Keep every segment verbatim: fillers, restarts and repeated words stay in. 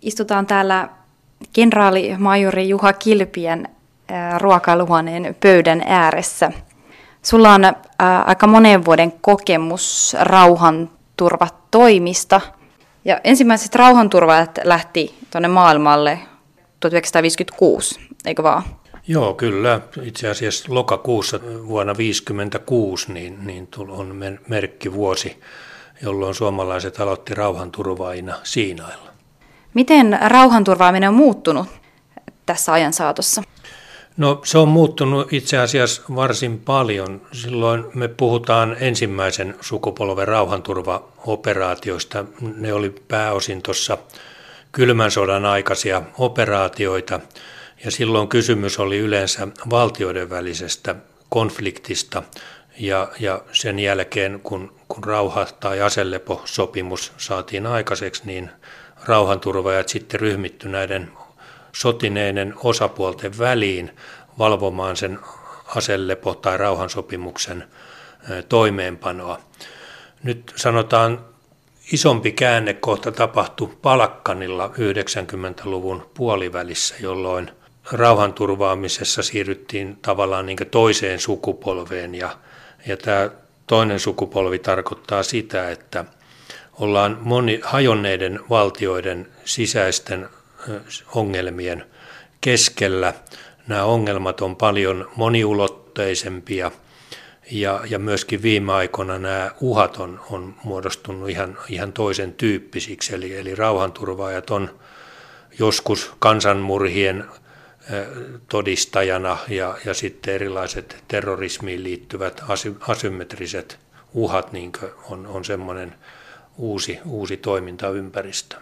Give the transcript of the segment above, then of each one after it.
Istutaan täällä kenraali-majori Juha Kilpien ruokailuhuoneen pöydän ääressä. Sulla on ää, aika monen vuoden kokemus rauhanturvatoimista. Ja ensimmäiset rauhanturvaajat lähti tuonne maailmalle tuhatyhdeksänsataaviisikymmentäkuusi, eikö vaan? Joo, kyllä. Itse asiassa lokakuussa vuonna tuhatyhdeksänsataaviisikymmentäkuusi niin, niin on merkkivuosi, jolloin suomalaiset aloitti rauhanturvaajina Siinailla. Miten rauhanturvaaminen on muuttunut tässä ajan saatossa? No se on muuttunut itse asiassa varsin paljon. Silloin me puhutaan ensimmäisen sukupolven rauhanturvaoperaatioista. Ne oli pääosin tuossa kylmän sodan aikaisia operaatioita. Ja silloin kysymys oli yleensä valtioiden välisestä konfliktista. Ja, ja sen jälkeen, kun, kun rauha- tai aseleposopimus saatiin aikaiseksi, niin rauhanturvaajat sitten ryhmittyi näiden sotineiden osapuolten väliin valvomaan sen aselepo- tai rauhansopimuksen toimeenpanoa. Nyt sanotaan isompi käännekohta tapahtui Balkanilla yhdeksänkymmentäluvun puolivälissä, jolloin rauhanturvaamisessa siirryttiin tavallaan niin kuin toiseen sukupolveen. Ja, ja tämä toinen sukupolvi tarkoittaa sitä, että ollaan moni, hajonneiden valtioiden sisäisten ongelmien keskellä. Nämä ongelmat on paljon moniulotteisempia ja, ja myöskin viime aikoina nämä uhat on, on muodostunut ihan, ihan toisen tyyppisiksi. Eli, eli rauhanturvaajat on joskus kansanmurhien todistajana ja, ja sitten erilaiset terrorismiin liittyvät asy, asymmetriset uhat niin on, on semmoinen uusi, uusi toimintaympäristö.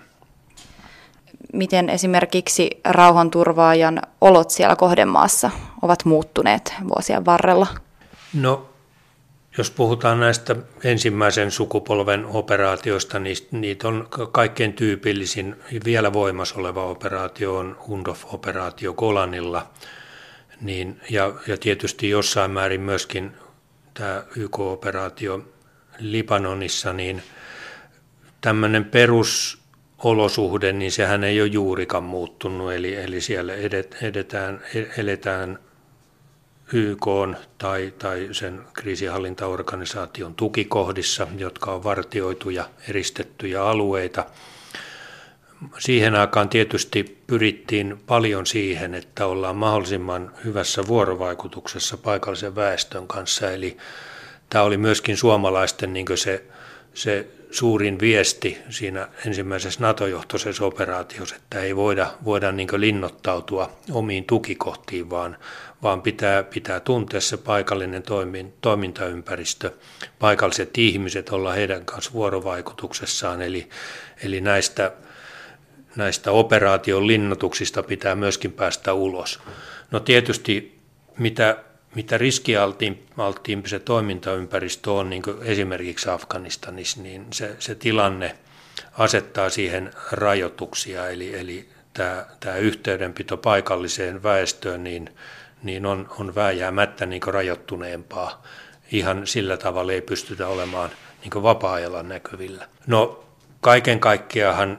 Miten esimerkiksi rauhanturvaajan olot siellä kohdemaassa ovat muuttuneet vuosien varrella? No, jos puhutaan näistä ensimmäisen sukupolven operaatioista, niin niitä on kaikkein tyypillisin vielä voimassa oleva operaatio on U N D O F-operaatio Golanilla. Niin, ja, ja tietysti jossain määrin myöskin tämä Y K-operaatio Libanonissa, niin tämmöinen perus olosuhde, niin sehän ei ole juurikaan muuttunut, eli, eli siellä edet, edetään, eletään Y K:n tai, tai sen kriisinhallintaorganisaation tukikohdissa, jotka on vartioituja, eristettyjä alueita. Siihen aikaan tietysti pyrittiin paljon siihen, että ollaan mahdollisimman hyvässä vuorovaikutuksessa paikallisen väestön kanssa, eli tämä oli myöskin suomalaisten niin se, se suurin viesti siinä ensimmäisessä NATO-johtoisessa operaatiossa, että ei voida, voida niin linnoittautua omiin tukikohtiin, vaan, vaan pitää, pitää tuntea se paikallinen toimin, toimintaympäristö, paikalliset ihmiset, olla heidän kanssa vuorovaikutuksessaan, eli, eli näistä, näistä operaation linnoituksista pitää myöskin päästä ulos. No tietysti mitä Mitä riskialttiimpi se toimintaympäristö on, niin kuin esimerkiksi Afganistanissa, niin se, se tilanne asettaa siihen rajoituksia. Eli, eli tämä, tämä yhteydenpito paikalliseen väestöön niin, niin on, on vääjäämättä niin kuin rajoittuneempaa. Ihan sillä tavalla ei pystytä olemaan niin kuin vapaa-ajalla näkyvillä. No kaiken kaikkiaan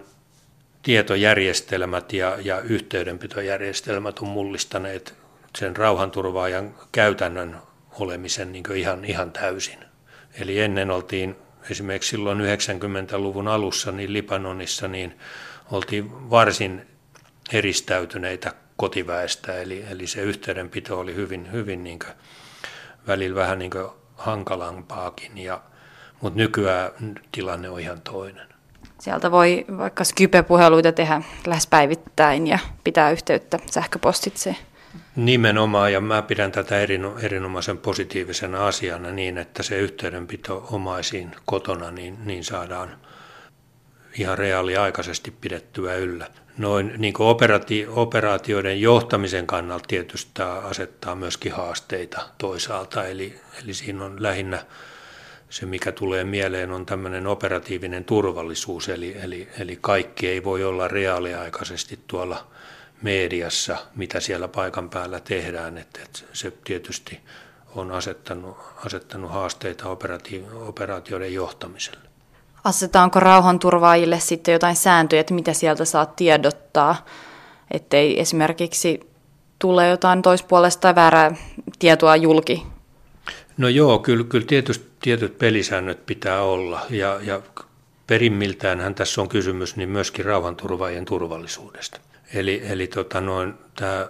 tietojärjestelmät ja, ja yhteydenpitojärjestelmät on mullistaneet sen rauhanturvaajan käytännön olemisen niin kuin ihan, ihan täysin. Eli ennen oltiin esimerkiksi silloin yhdeksänkymmentäluvun alussa niin Libanonissa niin oltiin varsin eristäytyneitä kotiväestä, eli, eli se yhteydenpito oli hyvin, hyvin niin kuin, välillä vähän niin kuin hankalampaakin, ja, mutta nykyään tilanne on ihan toinen. Sieltä voi vaikka Skype-puheluita tehdä lähes päivittäin ja pitää yhteyttä sähköpostitse. Nimenomaan, ja mä pidän tätä erinomaisen positiivisena asiana niin, että se yhteydenpito omaisiin kotona niin, niin saadaan ihan reaaliaikaisesti pidettyä yllä. Noin niin kuin operati- operaatioiden johtamisen kannalta tietysti tämä asettaa myöskin haasteita toisaalta, eli, eli siinä on lähinnä se, mikä tulee mieleen, on tämmöinen operatiivinen turvallisuus, eli, eli, eli kaikki ei voi olla reaaliaikaisesti tuolla mediassa, mitä siellä paikan päällä tehdään, että, että se tietysti on asettanut, asettanut haasteita operaatioiden johtamiselle. Asetetaanko rauhanturvaajille sitten jotain sääntöjä, että mitä sieltä saa tiedottaa, ettei esimerkiksi tule jotain toispuolesta tai väärää tietoa julki? No joo, kyllä, kyllä tietysti tietyt pelisäännöt pitää olla ja, ja perimmiltäänhän tässä on kysymys niin myöskin rauhanturvaajien turvallisuudesta. Eli, eli tota noin, tämä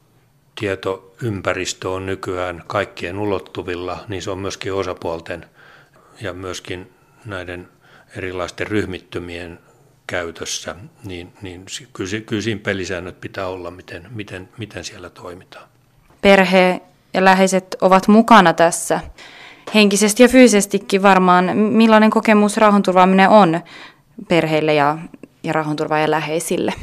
tietoympäristö on nykyään kaikkien ulottuvilla, niin se on myöskin osapuolten ja myöskin näiden erilaisten ryhmittymien käytössä, niin, niin kyllä, kyllä siinä pelisäännöt pitää olla, miten, miten, miten siellä toimitaan. Perhe ja läheiset ovat mukana tässä. Henkisesti ja fyysisestikin varmaan. Millainen kokemus rauhanturvaaminen on perheille ja, ja rauhanturvaajan läheisille?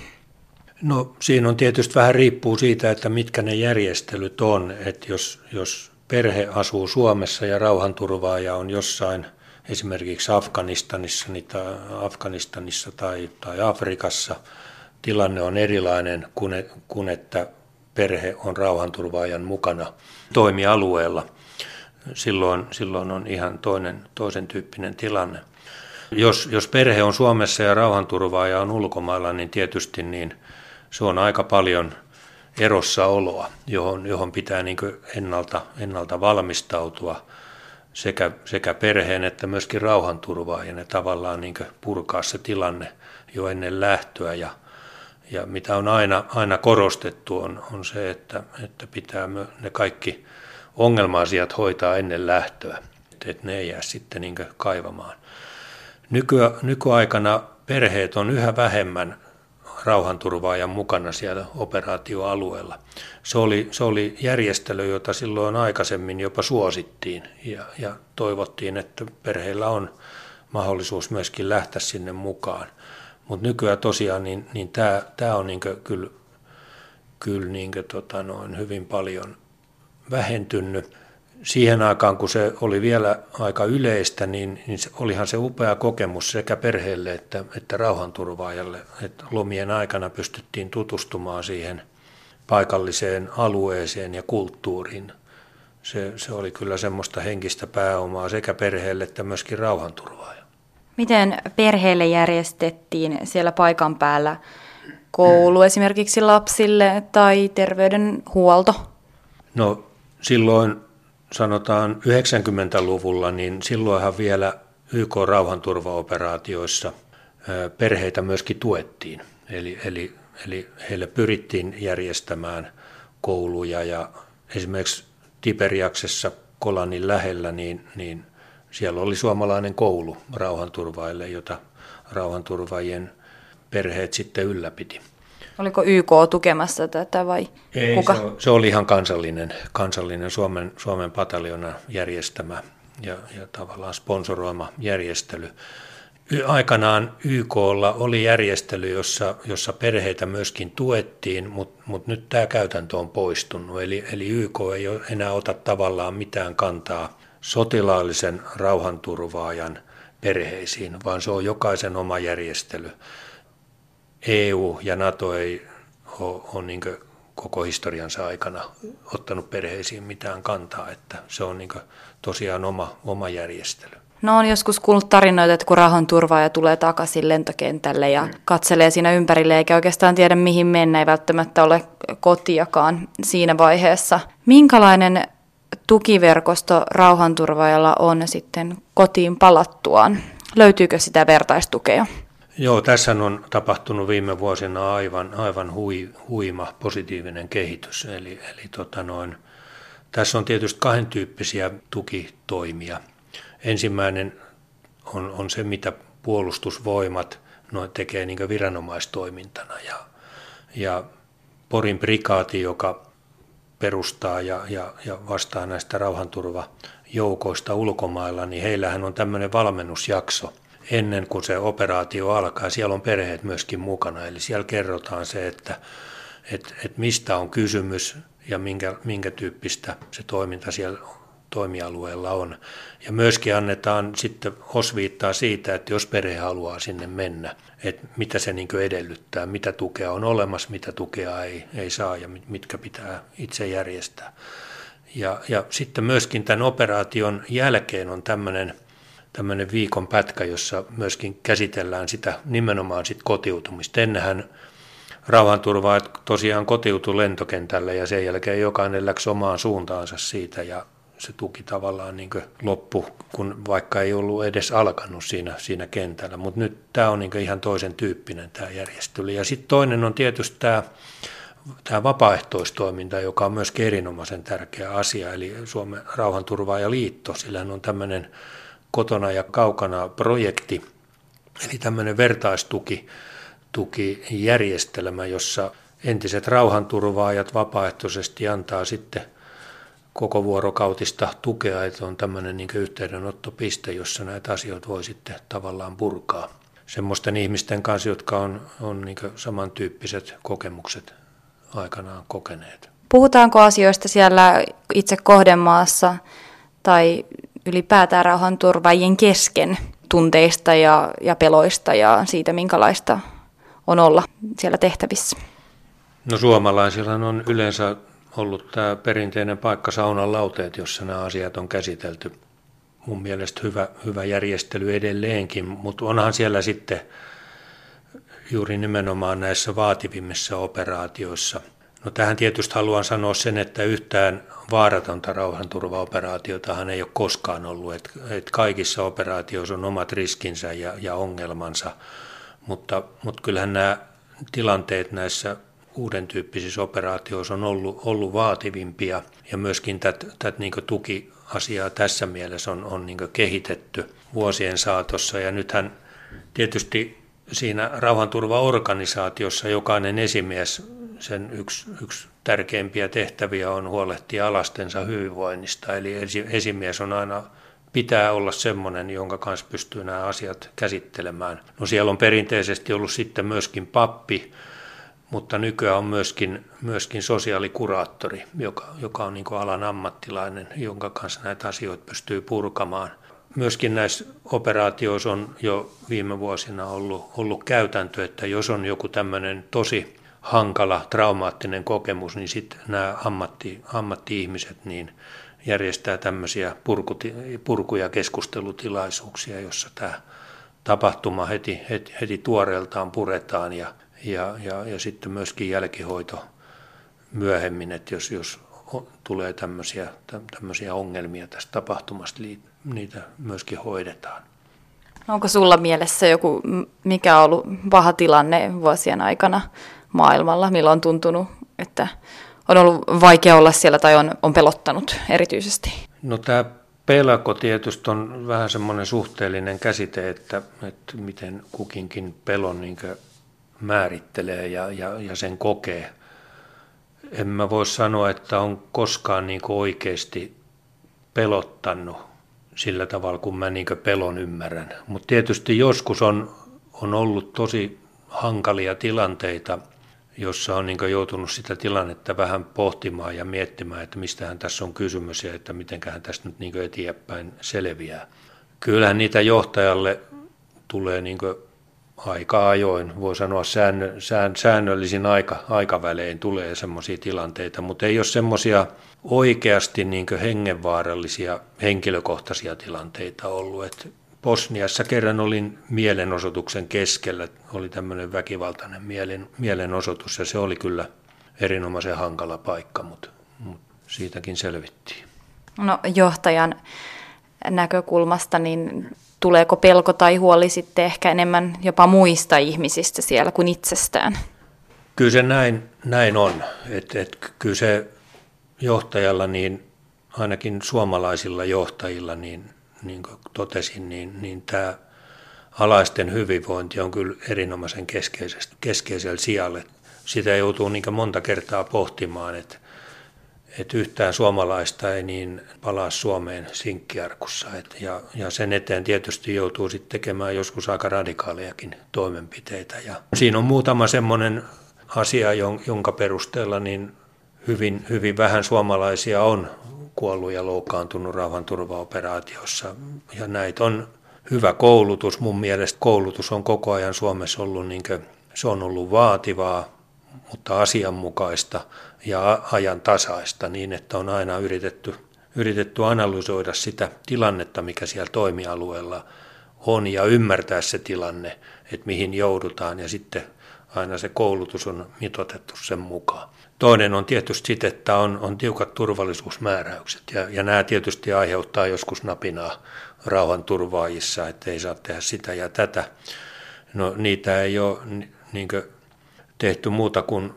No siinä on tietysti vähän riippuu siitä, että mitkä ne järjestelyt on. Että jos, jos perhe asuu Suomessa ja rauhanturvaaja on jossain esimerkiksi Afganistanissa, niin tai, Afganistanissa tai, tai Afrikassa, tilanne on erilainen kuin, kuin että perhe on rauhanturvaajan mukana toimialueella. Silloin, silloin on ihan toinen, toisen tyyppinen tilanne. Jos, jos perhe on Suomessa ja rauhanturvaaja on ulkomailla, niin tietysti niin se on aika paljon erossaoloa, johon, johon pitää niin kuin ennalta, ennalta valmistautua sekä, sekä perheen että myöskin rauhanturvaajan ja tavallaan niin kuin purkaa se tilanne jo ennen lähtöä. Ja, ja mitä on aina, aina korostettu on, on se, että, että pitää ne kaikki ongelma-asiat hoitaa ennen lähtöä, että ne ei jää sitten niin kuin kaivamaan. Nyky, nykyaikana perheet on yhä vähemmän rauhanturvaajan mukana siellä operaatioalueella. Se oli, se oli järjestely, jota silloin aikaisemmin jopa suosittiin ja, ja toivottiin, että perheillä on mahdollisuus myöskin lähteä sinne mukaan. Mutta nykyään tosiaan niin, niin tämä, tämä on niin kuin, kyllä, kyllä niin kuin, tota noin, hyvin paljon vähentynyt. Siihen aikaan, kun se oli vielä aika yleistä, niin, niin se, olihan se upea kokemus sekä perheelle että, että rauhanturvaajalle, että lomien aikana pystyttiin tutustumaan siihen paikalliseen alueeseen ja kulttuuriin. Se, se oli kyllä semmoista henkistä pääomaa sekä perheelle että myöskin rauhanturvaajalle. Miten perheelle järjestettiin siellä paikan päällä koulu esimerkiksi lapsille tai terveydenhuolto? No silloin sanotaan yhdeksänkymmentäluvulla, niin silloinhan vielä Y K-rauhanturvaoperaatioissa perheitä myöskin tuettiin. Eli, eli, eli heille pyrittiin järjestämään kouluja ja esimerkiksi Tiberiaksessa Kolanin lähellä, niin, niin siellä oli suomalainen koulu rauhanturvaajille, jota rauhanturvaajien perheet sitten ylläpiti. Oliko Y K tukemassa tätä vai Ei, kuka? Se, se oli ihan kansallinen, kansallinen Suomen, Suomen pataljonan järjestämä ja, ja tavallaan sponsoroima järjestely. Aikanaan Y K:lla oli järjestely, jossa, jossa perheitä myöskin tuettiin, mutta mut nyt tämä käytäntö on poistunut. Eli, eli Y K ei enää ota tavallaan mitään kantaa sotilaallisen rauhanturvaajan perheisiin, vaan se on jokaisen oma järjestely. E U ja NATO ei ole, ole niin koko historiansa aikana ottanut perheisiin mitään kantaa, että se on niin tosiaan oma, oma järjestely. No on joskus kuullut tarinoita, että kun rauhanturvaaja tulee takaisin lentokentälle ja katselee siinä ympärille eikä oikeastaan tiedä mihin mennä, ei välttämättä ole kotiakaan siinä vaiheessa. Minkälainen tukiverkosto rauhanturvaajalla on sitten kotiin palattuaan? Löytyykö sitä vertaistukea? Joo, tässä on tapahtunut viime vuosina aivan, aivan hui, huima positiivinen kehitys. Eli, eli tota noin, tässä on tietysti kahden tyyppisiä tukitoimia. Ensimmäinen on, on se, mitä puolustusvoimat no, tekee niin kuin viranomaistoimintana. Ja, ja Porin prikaati, joka perustaa ja, ja, ja vastaa näistä rauhanturvajoukoista ulkomailla, niin heillähän on tämmöinen valmennusjakso ennen kuin se operaatio alkaa. Siellä on perheet myöskin mukana, eli siellä kerrotaan se, että, että, että mistä on kysymys ja minkä, minkä tyyppistä se toiminta siellä toimialueella on. Ja myöskin annetaan sitten osviittaa siitä, että jos perhe haluaa sinne mennä, että mitä se niin kuin edellyttää, mitä tukea on olemassa, mitä tukea ei, ei saa ja mitkä pitää itse järjestää. Ja, ja sitten myöskin tämän operaation jälkeen on tämmöinen tämmöinen viikon pätkä, jossa myöskin käsitellään sitä nimenomaan sit kotiutumista. Ennenhän rauhanturvaajat tosiaan kotiutui lentokentälle ja sen jälkeen jokainen läksi omaan suuntaansa siitä ja se tuki tavallaan niin kuin loppu, kun vaikka ei ollut edes alkanut siinä, siinä kentällä. Mutta nyt tämä on niin kuin ihan toisen tyyppinen tämä järjestely. Ja sitten toinen on tietysti tämä, tämä vapaaehtoistoiminta, joka on myös erinomaisen tärkeä asia, eli Suomen rauhanturvaajaliitto. Sillähän on tämmöinen kotona ja kaukana projekti, eli tämmöinen vertaistuki, tukijärjestelmä, jossa entiset rauhanturvaajat vapaaehtoisesti antaa sitten koko vuorokautista tukea, että on tämmöinen niin kuin yhteydenottopiste, jossa näitä asioita voi sitten tavallaan purkaa. Semmoisten ihmisten kanssa, jotka on, on niin kuin samantyyppiset kokemukset aikanaan kokeneet. Puhutaanko asioista siellä itse kohdemaassa tai ylipäätään rauhanturvaajien kesken tunteista ja, ja peloista ja siitä, minkälaista on olla siellä tehtävissä? No suomalaisilla on yleensä ollut tämä perinteinen paikka saunan lauteet, jossa nämä asiat on käsitelty. Mun mielestä hyvä, hyvä järjestely edelleenkin, mutta onhan siellä sitten juuri nimenomaan näissä vaativimmissa operaatioissa. No tähän tietysti haluan sanoa sen, että yhtään vaaratonta rauhanturvaoperaatiotahan ei ole koskaan ollut, että, että kaikissa operaatioissa on omat riskinsä ja, ja ongelmansa, mutta, mutta kyllähän nämä tilanteet näissä uuden tyyppisissä operaatioissa on ollut, ollut vaativimpia ja myöskin tätä tät niin tukiasiaa tässä mielessä on, on niin kehitetty vuosien saatossa ja nythän tietysti siinä rauhanturvaorganisaatiossa jokainen esimies, sen yksi, yksi tärkeimpiä tehtäviä on huolehtia alastensa hyvinvoinnista, eli esimies on aina pitää olla semmoinen, jonka kanssa pystyy nämä asiat käsittelemään. No siellä on perinteisesti ollut sitten myöskin pappi, mutta nykyään on myöskin, myöskin sosiaalikuraattori, joka, joka on niin kuin alan ammattilainen, jonka kanssa näitä asioita pystyy purkamaan. Myöskin näissä operaatioissa on jo viime vuosina ollut, ollut käytäntö, että jos on joku tämmöinen tosi hankala, traumaattinen kokemus, niin sitten nämä ammatti, ammatti-ihmiset niin järjestää tämmöisiä purkuti, purku- ja keskustelutilaisuuksia, jossa tämä tapahtuma heti, heti, heti tuoreeltaan puretaan ja Ja, ja, ja sitten myöskin jälkihoito myöhemmin, että jos, jos tulee tämmöisiä, tämmöisiä ongelmia tästä tapahtumasta, niitä myöskin hoidetaan. Onko sulla mielessä joku, mikä on ollut paha tilanne vuosien aikana maailmalla, milloin on tuntunut, että on ollut vaikea olla siellä tai on, on pelottanut erityisesti? No tämä pelko tietysti on vähän semmoinen suhteellinen käsite, että, että miten kukinkin pelon niin määrittelee ja, ja, ja sen kokee. En mä voi sanoa, että on koskaan niin oikeasti pelottanut sillä tavalla, kun mä niin pelon ymmärrän. Mutta tietysti joskus on, on ollut tosi hankalia tilanteita, jossa on niin joutunut sitä tilannetta vähän pohtimaan ja miettimään, että mistähän tässä on kysymys ja että mitenköhän tästä nyt niin eteenpäin selviää. Kyllähän niitä johtajalle tulee niin aika ajoin, voi sanoa säännö, sään, säännöllisin aika, aikavälein tulee semmoisia tilanteita, mutta ei ole semmoisia oikeasti niin hengenvaarallisia henkilökohtaisia tilanteita ollut. Et Bosniassa kerran olin mielenosoituksen keskellä, oli tämmöinen väkivaltainen mielen, mielenosoitus ja se oli kyllä erinomaisen hankala paikka, mutta, mutta siitäkin selvittiin. No johtajan näkökulmasta, niin tuleeko pelko tai huoli sitten ehkä enemmän jopa muista ihmisistä siellä kuin itsestään? Kyllä se näin, näin on. Että et, kyllä se johtajalla, niin ainakin suomalaisilla johtajilla, niin, niin kuin totesin, niin, niin tämä alaisten hyvinvointi on kyllä erinomaisen keskeisellä sijalle. Sitä joutuu niin monta kertaa pohtimaan, että että yhtään suomalaista ei niin palaa Suomeen sinkkiarkussa. Et ja, ja sen eteen tietysti joutuu sitten tekemään joskus aika radikaalejakin toimenpiteitä. Ja siinä on muutama semmoinen asia, jonka perusteella niin hyvin, hyvin vähän suomalaisia on kuollut ja loukkaantunut rauhanturvaoperaatiossa. Ja näitä on hyvä koulutus. Mun mielestä koulutus on koko ajan Suomessa ollut, niin kuin, se on ollut vaativaa, mutta asianmukaista ja ajan tasaista niin, että on aina yritetty yritetty analysoida sitä tilannetta, mikä siellä toimialueella on ja ymmärtää se tilanne, että mihin joudutaan ja sitten aina se koulutus on mitoitettu sen mukaan. Toinen on tietysti sit, että on, on tiukat turvallisuusmääräykset ja, ja nämä tietysti aiheuttaa joskus napinaa rauhanturvaajissa, että ei saa tehdä sitä ja tätä. No niitä ei ole niin kuin tehty muuta kuin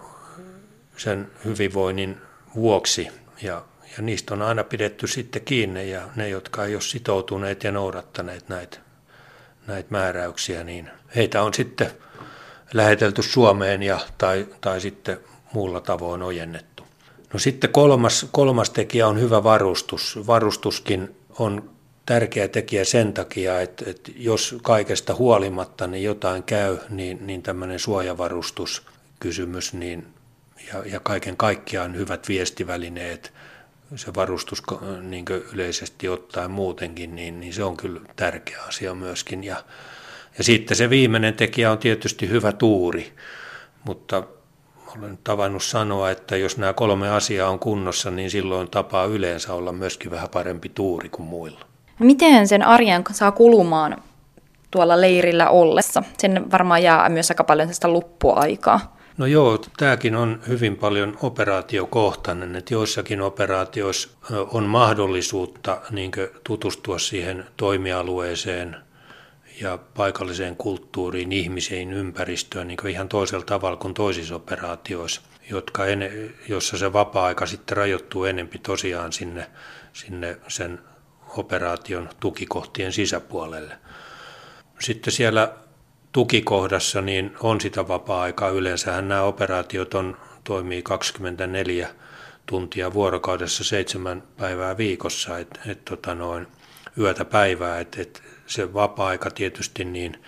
sen hyvinvoinnin vuoksi ja, ja niistä on aina pidetty sitten kiinni ja ne, jotka ei ole sitoutuneet ja noudattaneet näitä, näitä määräyksiä, niin heitä on sitten lähetelty Suomeen ja, tai, tai sitten muulla tavoin ojennettu. No sitten kolmas, kolmas tekijä on hyvä varustus. Varustuskin on tärkeä tekijä sen takia, että, että jos kaikesta huolimatta niin jotain käy, niin, niin tämmöinen suojavarustuskysymys niin, ja, ja kaiken kaikkiaan hyvät viestivälineet, se varustus niin yleisesti ottaen muutenkin, niin, niin se on kyllä tärkeä asia myöskin. Ja, ja sitten se viimeinen tekijä on tietysti hyvä tuuri, mutta olen tavannut sanoa, että jos nämä kolme asiaa on kunnossa, niin silloin tapaa yleensä olla myöskin vähän parempi tuuri kuin muilla. Miten sen arjen saa kulumaan tuolla leirillä ollessa? Sen varmaan jää myös aika paljon sitä loppuaikaa. No joo, tämäkin on hyvin paljon operaatiokohtainen, että joissakin operaatioissa on mahdollisuutta niin kuin tutustua siihen toimialueeseen ja paikalliseen kulttuuriin, ihmisiin, ympäristöön niin kuin ihan toisella tavalla kuin toisissa operaatioissa, jotka en, jossa se vapaa-aika sitten rajoittuu enempi tosiaan sinne, sinne sen operaation tukikohtien sisäpuolelle. Sitten siellä tukikohdassa niin on sitä vapaa-aikaa. Yleensähän nämä operaatiot on, toimii kaksikymmentäneljä tuntia vuorokaudessa seitsemän päivää viikossa, et, et, tota noin, yötä päivää. Et, et se vapaa-aika tietysti niin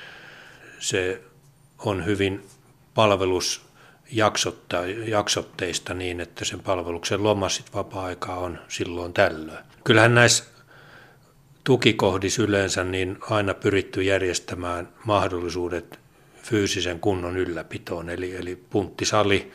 se on hyvin palvelusjaksotteista niin, että sen palveluksen loma sit vapaa-aikaa on silloin tällöin. Kyllähän näissä tukikohdissa yleensä niin aina pyritty järjestämään mahdollisuudet fyysisen kunnon ylläpitoon, eli, eli punttisali,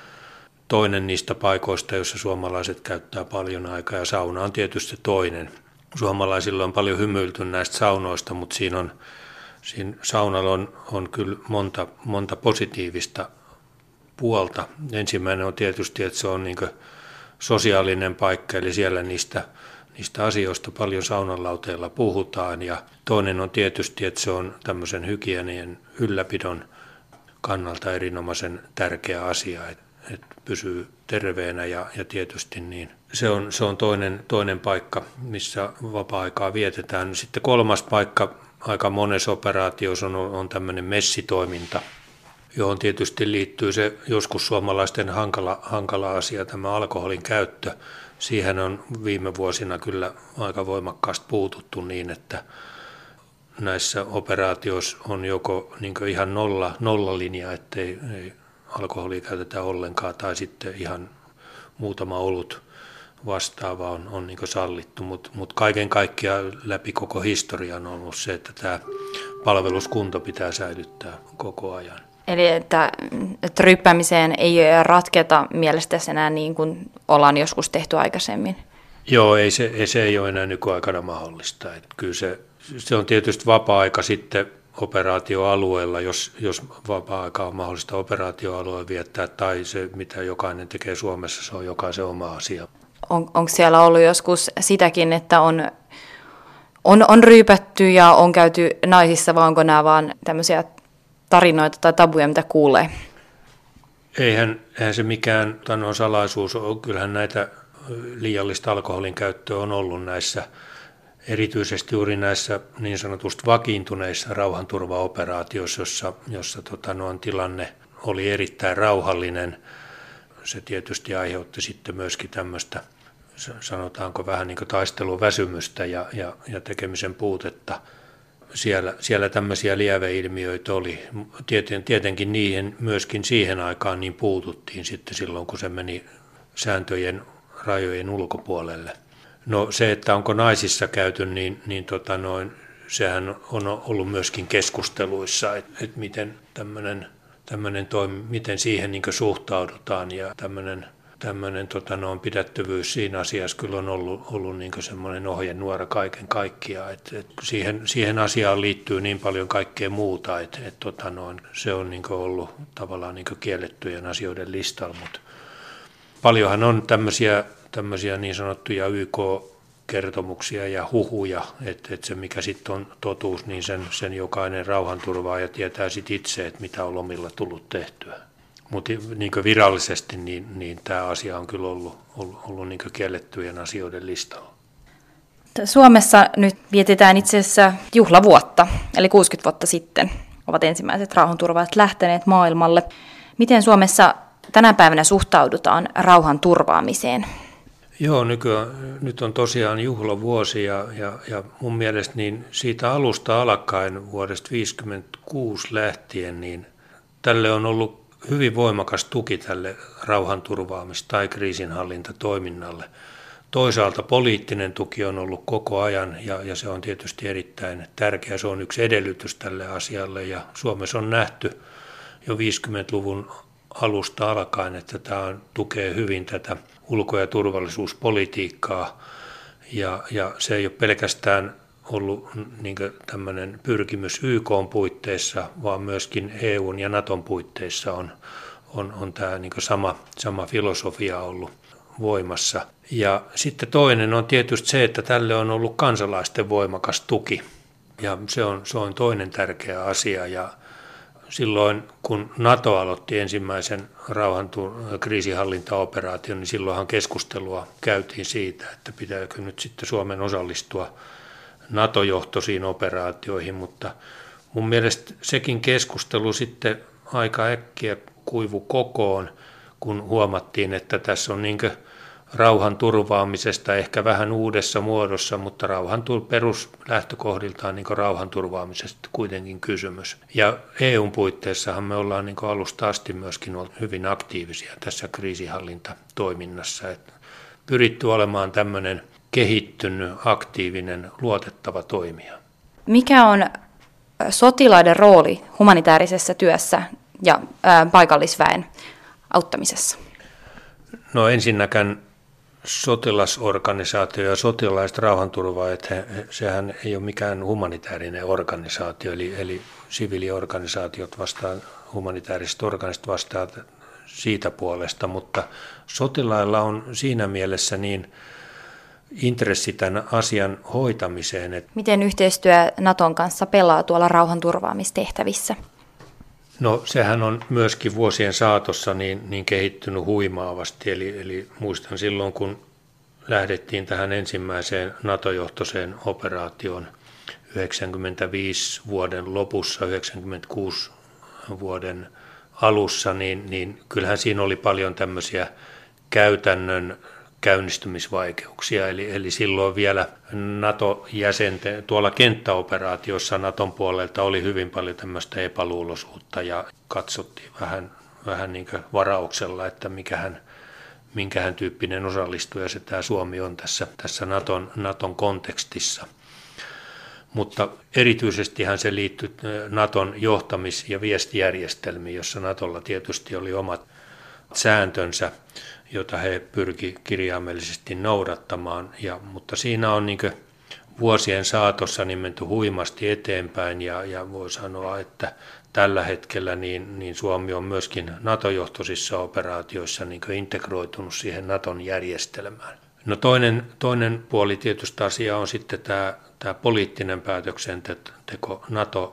toinen niistä paikoista, joissa suomalaiset käyttää paljon aikaa, ja sauna on tietysti toinen. Suomalaisilla on paljon hymyilty näistä saunoista, mutta siinä, on, siinä saunalla on, on kyllä monta, monta positiivista puolta. Ensimmäinen on tietysti, että se on niin kuin sosiaalinen paikka, eli siellä niistä Niistä asioista paljon saunanlauteilla puhutaan ja toinen on tietysti, että se on tämmöisen hygienian ylläpidon kannalta erinomaisen tärkeä asia, että, että pysyy terveenä ja, ja tietysti niin se on, se on toinen, toinen paikka, missä vapaa-aikaa vietetään. Sitten kolmas paikka aika monessa operaatiossa on, on tämmöinen messitoiminta, johon tietysti liittyy se joskus suomalaisten hankala, hankala asia, tämä alkoholin käyttö. Siihen on viime vuosina kyllä aika voimakkaasti puututtu niin, että näissä operaatioissa on joko niin kuin ihan nolla, nollalinja, ettei ei alkoholia käytetä ollenkaan, tai sitten ihan muutama olut vastaava on, on niin kuin sallittu, mutta mut kaiken kaikkiaan läpi koko historian on ollut se, että tämä palveluskunto pitää säilyttää koko ajan. Eli että, että ryppäämiseen ei ratketa mielestäsi enää niin kuin ollaan joskus tehty aikaisemmin? Joo, ei se, ei, se ei ole enää nykyaikana mahdollista. Että kyllä se, se on tietysti vapaa-aika sitten operaatioalueella, jos, jos vapaa-aika on mahdollista operaatioalueella viettää, tai se mitä jokainen tekee Suomessa, se on jokaisen oma asia. On, onko siellä ollut joskus sitäkin, että on, on, on ryypätty ja on käyty naisissa, vai onko nämä vaan tämmöisiä tarinoita tai tabuja, mitä kuulee? Eihän, eihän se mikään tanon salaisuus ole. Kyllähän näitä liiallista alkoholin käyttöä on ollut näissä, erityisesti juuri näissä niin sanotusti vakiintuneissa rauhanturvaoperaatioissa, jossa, jossa tota, no, tilanne oli erittäin rauhallinen. Se tietysti aiheutti sitten myöskin tämmöistä, sanotaanko vähän niin kuin taisteluväsymystä ja, ja, ja tekemisen puutetta. Siellä, siellä tämmöisiä lieveilmiöitä oli. Tieten, tietenkin niihin myöskin siihen aikaan niin puututtiin sitten silloin, kun se meni sääntöjen rajojen ulkopuolelle. No se, että onko naisissa käyty, niin, niin tota noin, sehän on ollut myöskin keskusteluissa, että, että miten tämmöinen, tämmöinen toimi, miten siihen niin kuin suhtaudutaan ja tämmöinen tämmöinen tota, no, pidättyvyys siinä asiassa kyllä on ollut, ollut niin semmoinen ohjenuora kaiken kaikkiaan. Et, et siihen, siihen asiaan liittyy niin paljon kaikkea muuta, että et, tota, no, se on niin ollut tavallaan niin kiellettyjen asioiden listalla. Mut paljonhan on tämmöisiä, tämmöisiä niin sanottuja Y K-kertomuksia ja huhuja, että et se mikä sitten on totuus, niin sen, sen jokainen rauhanturvaaja tietää sitten itse, että mitä on lomilla tullut tehtyä. Mutta niin virallisesti niin, niin tämä asia on kyllä ollut, ollut, ollut niin kiellettyjen asioiden listalla. Suomessa nyt vietetään itse asiassa juhlavuotta, eli kuusikymmentä vuotta sitten ovat ensimmäiset rauhanturvaajat lähteneet maailmalle. Miten Suomessa tänä päivänä suhtaudutaan rauhan turvaamiseen? Joo, nykyään, nyt on tosiaan juhlavuosi ja, ja, ja mun mielestä niin siitä alusta alkaen vuodesta tuhatyhdeksänsataaviisikymmentäkuusi lähtien niin tälle on ollut hyvin voimakas tuki tälle rauhanturvaamis- tai kriisinhallintatoiminnalle. Toisaalta poliittinen tuki on ollut koko ajan ja, ja se on tietysti erittäin tärkeä. Se on yksi edellytys tälle asialle ja Suomessa on nähty jo viisikymmentäluvun alusta alkaen, että tämä tukee hyvin tätä ulko- ja turvallisuuspolitiikkaa ja, ja se ei ole pelkästään ollut niin tämmöinen pyrkimys Y K:n puitteissa, vaan myöskin E U:n ja Naton puitteissa on, on, on tämä niin sama, sama filosofia ollut voimassa. Ja sitten toinen on tietysti se, että tälle on ollut kansalaisten voimakas tuki. Ja se on, se on toinen tärkeä asia. Ja silloin kun NATO aloitti ensimmäisen rauhantur- kriisinhallintaoperaation, niin silloinhan keskustelua käytiin siitä, että pitääkö nyt sitten Suomen osallistua NATO-johtoisiin operaatioihin, mutta mun mielestä sekin keskustelu sitten aika äkkiä kuivu kokoon, kun huomattiin, että tässä on niin kuin rauhan turvaamisesta ehkä vähän uudessa muodossa, mutta rauhan peruslähtökohdiltaan niin kuin rauhan turvaamisesta kuitenkin kysymys. Ja E U:n puitteissahan me ollaan niin kuin alusta asti myöskin ollut hyvin aktiivisia tässä kriisinhallintatoiminnassa. Että pyritty olemaan tämmöinen kehittynyt, aktiivinen, luotettava toimija. Mikä on sotilaiden rooli humanitaarisessa työssä ja ää, paikallisväen auttamisessa? No ensinnäkään sotilasorganisaatio ja sotilaiset rauhanturvaajat, sehän ei ole mikään humanitaarinen organisaatio, eli, eli siviiliorganisaatiot vastaan, humanitaariset organisaatiot vastaan siitä puolesta, mutta sotilailla on siinä mielessä niin intressi tämän asian hoitamiseen. Että miten yhteistyö Naton kanssa pelaa tuolla rauhanturvaamistehtävissä? No sehän on myöskin vuosien saatossa niin, niin kehittynyt huimaavasti, eli, eli muistan silloin kun lähdettiin tähän ensimmäiseen NATO-johtoiseen operaatioon yhdeksänkymmentäviisi vuoden lopussa, yhdeksänkymmentäkuusi vuoden alussa, niin, niin kyllähän siinä oli paljon tämmöisiä käytännön käynnistymisvaikeuksia, eli, eli silloin vielä NATO-jäsenten, tuolla kenttäoperaatiossa Naton puolelta oli hyvin paljon tämmöistä epäluuloisuutta ja katsottiin vähän, vähän niin kuin varauksella, että mikähän, minkähän tyyppinen osallistuja se tämä Suomi on tässä, tässä Naton, Naton kontekstissa. Mutta erityisestihan se liittyy Naton johtamis- ja viestijärjestelmiin, jossa Natolla tietysti oli omat sääntönsä, jota he pyrki kirjaimellisesti noudattamaan, ja, mutta siinä on niin kuin vuosien saatossa niin menty huimasti eteenpäin, ja, ja voi sanoa, että tällä hetkellä niin, niin Suomi on myöskin NATO-johtoisissa operaatioissa niin kuin integroitunut siihen Naton järjestelmään. No toinen, toinen puoli tietysti asia on sitten tämä, tämä poliittinen päätöksenteko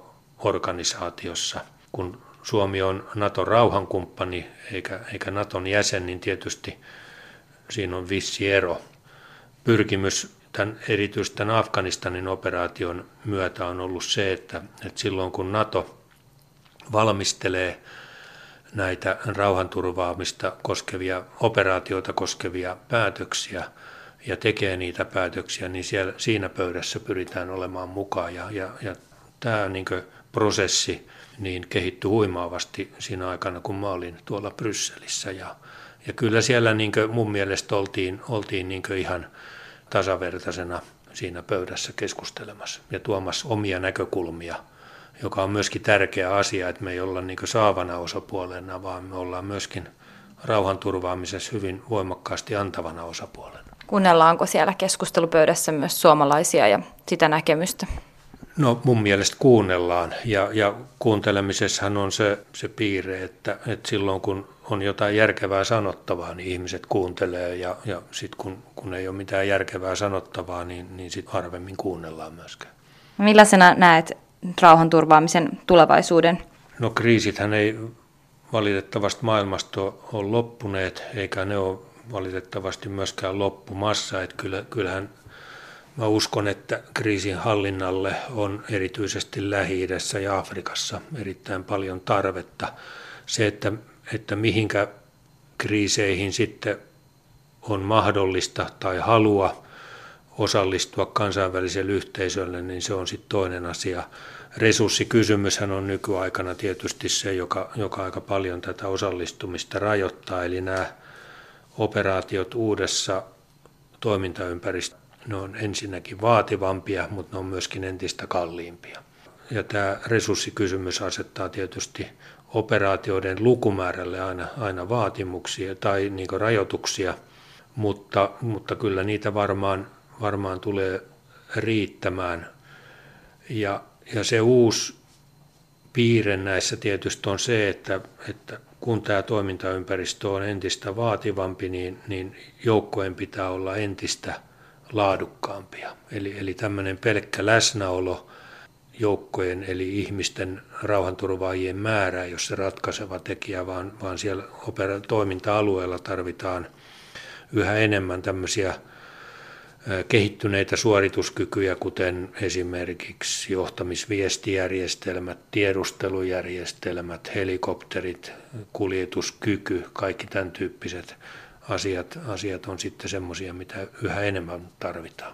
NATO-organisaatiossa, kun Suomi on Naton rauhankumppani eikä, eikä Naton jäsen, niin tietysti siinä on vissi ero. Pyrkimys tämän, erityisesti tämän Afganistanin operaation myötä on ollut se, että, että silloin kun NATO valmistelee näitä rauhanturvaamista koskevia, operaatioita koskevia päätöksiä ja tekee niitä päätöksiä, niin siellä, siinä pöydässä pyritään olemaan mukaan. Ja, ja, ja tämä niin kuin prosessi niin kehittyi huimaavasti siinä aikana, kun mä olin tuolla Brysselissä. Ja, ja kyllä siellä niin kuin mun mielestä oltiin, oltiin niin kuin ihan tasavertaisena siinä pöydässä keskustelemassa ja tuomassa omia näkökulmia, joka on myöskin tärkeä asia, että me ei olla niin kuin saavana osapuolena, vaan me ollaan myöskin rauhanturvaamisessa hyvin voimakkaasti antavana osapuolena. Kuunnellaanko siellä keskustelupöydässä myös suomalaisia ja sitä näkemystä? No mun mielestä kuunnellaan ja, ja kuuntelemisessahan on se, se piirre, että, että silloin kun on jotain järkevää sanottavaa, niin ihmiset kuuntelee ja, ja sitten kun, kun ei ole mitään järkevää sanottavaa, niin, niin sitten harvemmin kuunnellaan myöskään. Millaisena näet rauhanturvaamisen tulevaisuuden? No kriisithän ei valitettavasti maailmasta ole loppuneet, eikä ne ole valitettavasti myöskään loppumassa. Että kyllä, kyllähän mä uskon, että kriisin hallinnalle on erityisesti Lähi-idässä ja Afrikassa erittäin paljon tarvetta. Se, että, että mihinkä kriiseihin sitten on mahdollista tai halua osallistua kansainväliselle yhteisölle, niin se on sitten toinen asia. Resurssikysymyshän on nykyaikana tietysti se, joka, joka aika paljon tätä osallistumista rajoittaa, eli nämä operaatiot uudessa toimintaympäristössä, ne on ensinnäkin vaativampia, mutta ne on myöskin entistä kalliimpia. Ja tämä resurssikysymys asettaa tietysti operaatioiden lukumäärälle aina, aina vaatimuksia tai niin kuin rajoituksia, mutta, mutta kyllä niitä varmaan, varmaan tulee riittämään. Ja, ja se uusi piirre näissä tietysti on se, että, että kun tämä toimintaympäristö on entistä vaativampi, niin, niin joukkojen pitää olla entistä laadukkaampia. Eli, eli tämmöinen pelkkä läsnäolo joukkojen eli ihmisten rauhanturvaajien määrä, jos se ratkaiseva tekijä, vaan, vaan siellä opera- toiminta-alueella tarvitaan yhä enemmän tämmöisiä kehittyneitä suorituskykyjä, kuten esimerkiksi johtamisviestijärjestelmät, tiedustelujärjestelmät, helikopterit, kuljetuskyky, kaikki tämän tyyppiset asiat, asiat on sitten semmoisia, mitä yhä enemmän tarvitaan.